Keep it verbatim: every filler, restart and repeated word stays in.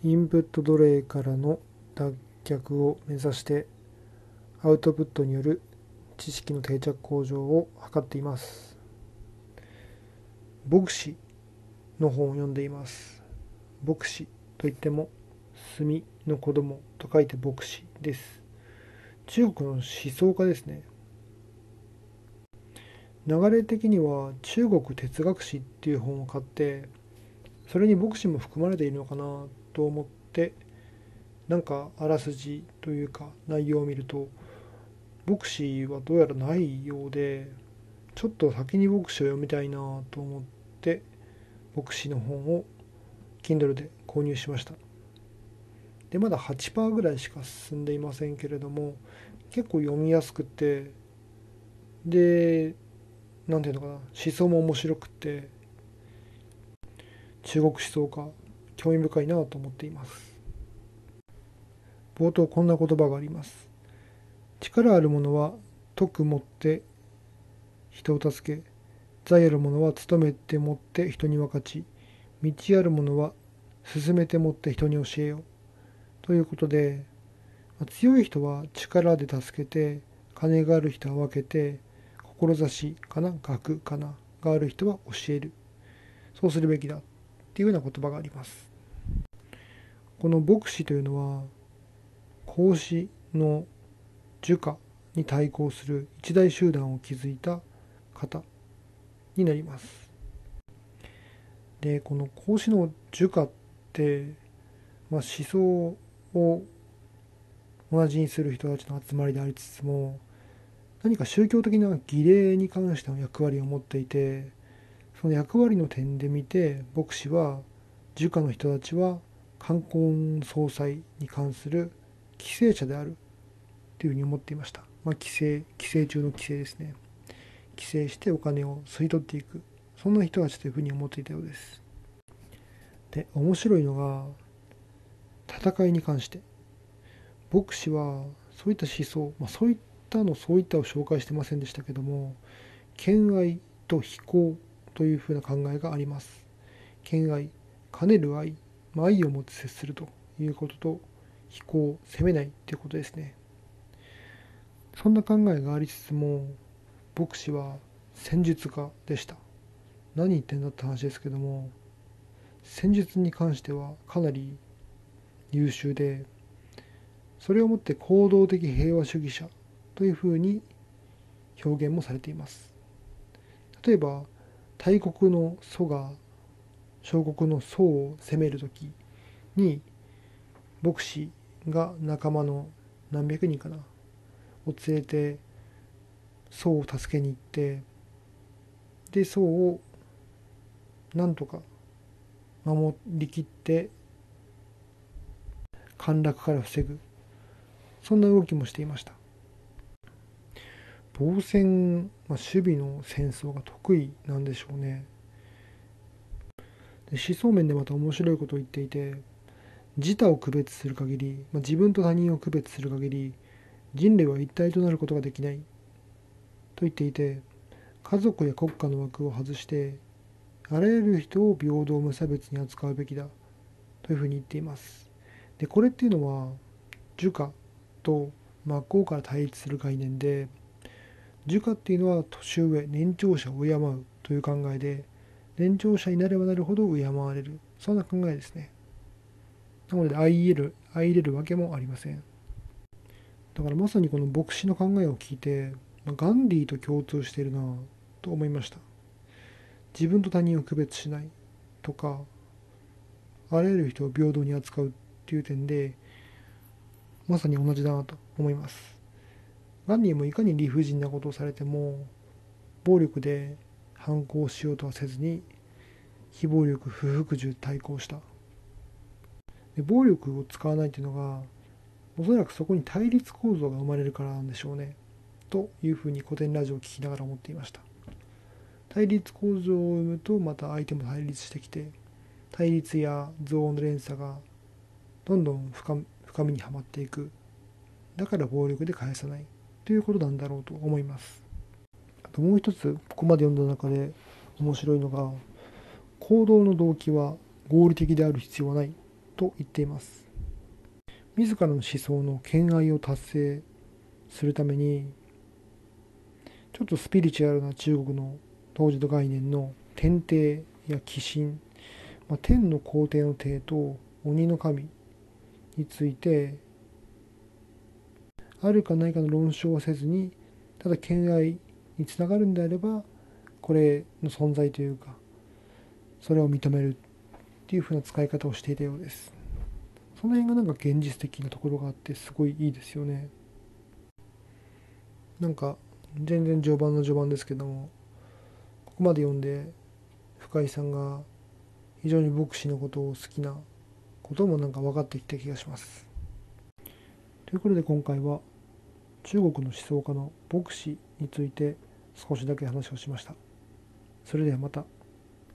インプット奴隷からの脱却を目指してアウトプットによる知識の定着向上を図っています。牧師の本を読んでいます。牧師といっても墨の子供と書いて牧師です。中国の思想家ですね。流れ的には中国哲学史っていう本を買って、それに牧師も含まれているのかなと思って、なんかあらすじというか内容を見ると牧師はどうやらないようで、ちょっと先に牧師を読みたいなと思って牧師の本を Kindle で購入しました。でまだ はちパーセント ぐらいしか進んでいませんけれども、結構読みやすくて、でなんていうのかな、思想も面白くて、中国思想家興味深いなと思っています。冒頭こんな言葉があります。力ある者は徳もって人を助け、財ある者は努めてもって人に分かち、道ある者は進めてもって人に教えよ。ということで、強い人は力で助けて、金がある人は分けて、志かな、学かながある人は教える。そうするべきだっていうような言葉があります。この牧師というのは、孔子の儒家に対抗する一大集団を築いた方になります。で、この孔子の儒家って、まあ、思想を同じにする人たちの集まりでありつつも、何か宗教的な儀礼に関しての役割を持っていて、その役割の点で見て牧師は、儒家の人たちは冠婚葬祭に関する規制者であるというふうに思っていました。まあ、規制規制中の規制ですね。規制してお金を吸い取っていく、そんな人たちというふうに思っていたようです。で、面白いのが戦いに関して、牧師はそういった思想、まあ、そういったのそういったを紹介してませんでしたけども、兼愛と非攻というふうな考えがあります。兼愛、兼ねる愛、まあ、愛を持って接するということと、非攻、責めないということですね。そんな考えがありつつも、牧師は戦術家でした。何言ってんだって話ですけども、戦術に関してはかなり優秀で、それをもって行動的平和主義者というふうに表現もされています。例えば大国の祖が小国の宋を攻めるときに、牧師が仲間の何百人かなを連れて宋を助けに行って、で宋をなんとか守りきって陥落から防ぐ、そんな動きもしていました。防戦、まあ、守備の戦争が得意なんでしょうね。で思想面でまた面白いことを言っていて、自他を区別する限り、まあ、自分と他人を区別する限り人類は一体となることができないと言っていて、家族や国家の枠を外してあらゆる人を平等無差別に扱うべきだというふうに言っています。でこれっていうのは儒家と真っ向から対立する概念で、儒家っていうのは年上年長者を敬うという考えで、年長者になればなるほど敬われる、そんな考えですね。なので相入れる相入れるわけもありません。だからまさにこの牧師の考えを聞いて、ガンディーと共通しているなと思いました。自分と他人を区別しないとか、あらゆる人を平等に扱うっていう点でまさに同じだなと思います。ガンディーもいかに理不尽なことをされても暴力で反抗しようとはせずに、非暴力不服従対抗した。で暴力を使わないというのが、おそらくそこに対立構造が生まれるからなんでしょうね、というふうに古典ラジオを聞きながら思っていました。対立構造を生むとまた相手も対立してきて、対立や憎悪の連鎖がどんどん深深みにはまっていく。だから暴力で返さないということなんだろうと思います。あともう一つ、ここまで読んだ中で面白いのが、行動の動機は合理的である必要はないと言っています。自らの思想の兼愛を達成するために、ちょっとスピリチュアルな中国の当時の概念の天帝や鬼神、まあ、天の皇帝の帝と鬼の神についてあるかないかの論証はせずに、ただ兼愛につながるんであればこれの存在というかそれを認めるっていう風な使い方をしていたようです。その辺がなんか現実的なところがあってすごいいいですよね。なんか全然序盤の序盤ですけども、ここまで読んで深井さんが非常に牧師のことを好きなこともなんか分かってきた気がします。ということで今回は中国の思想家の牧師について少しだけ話をしました。それではまた。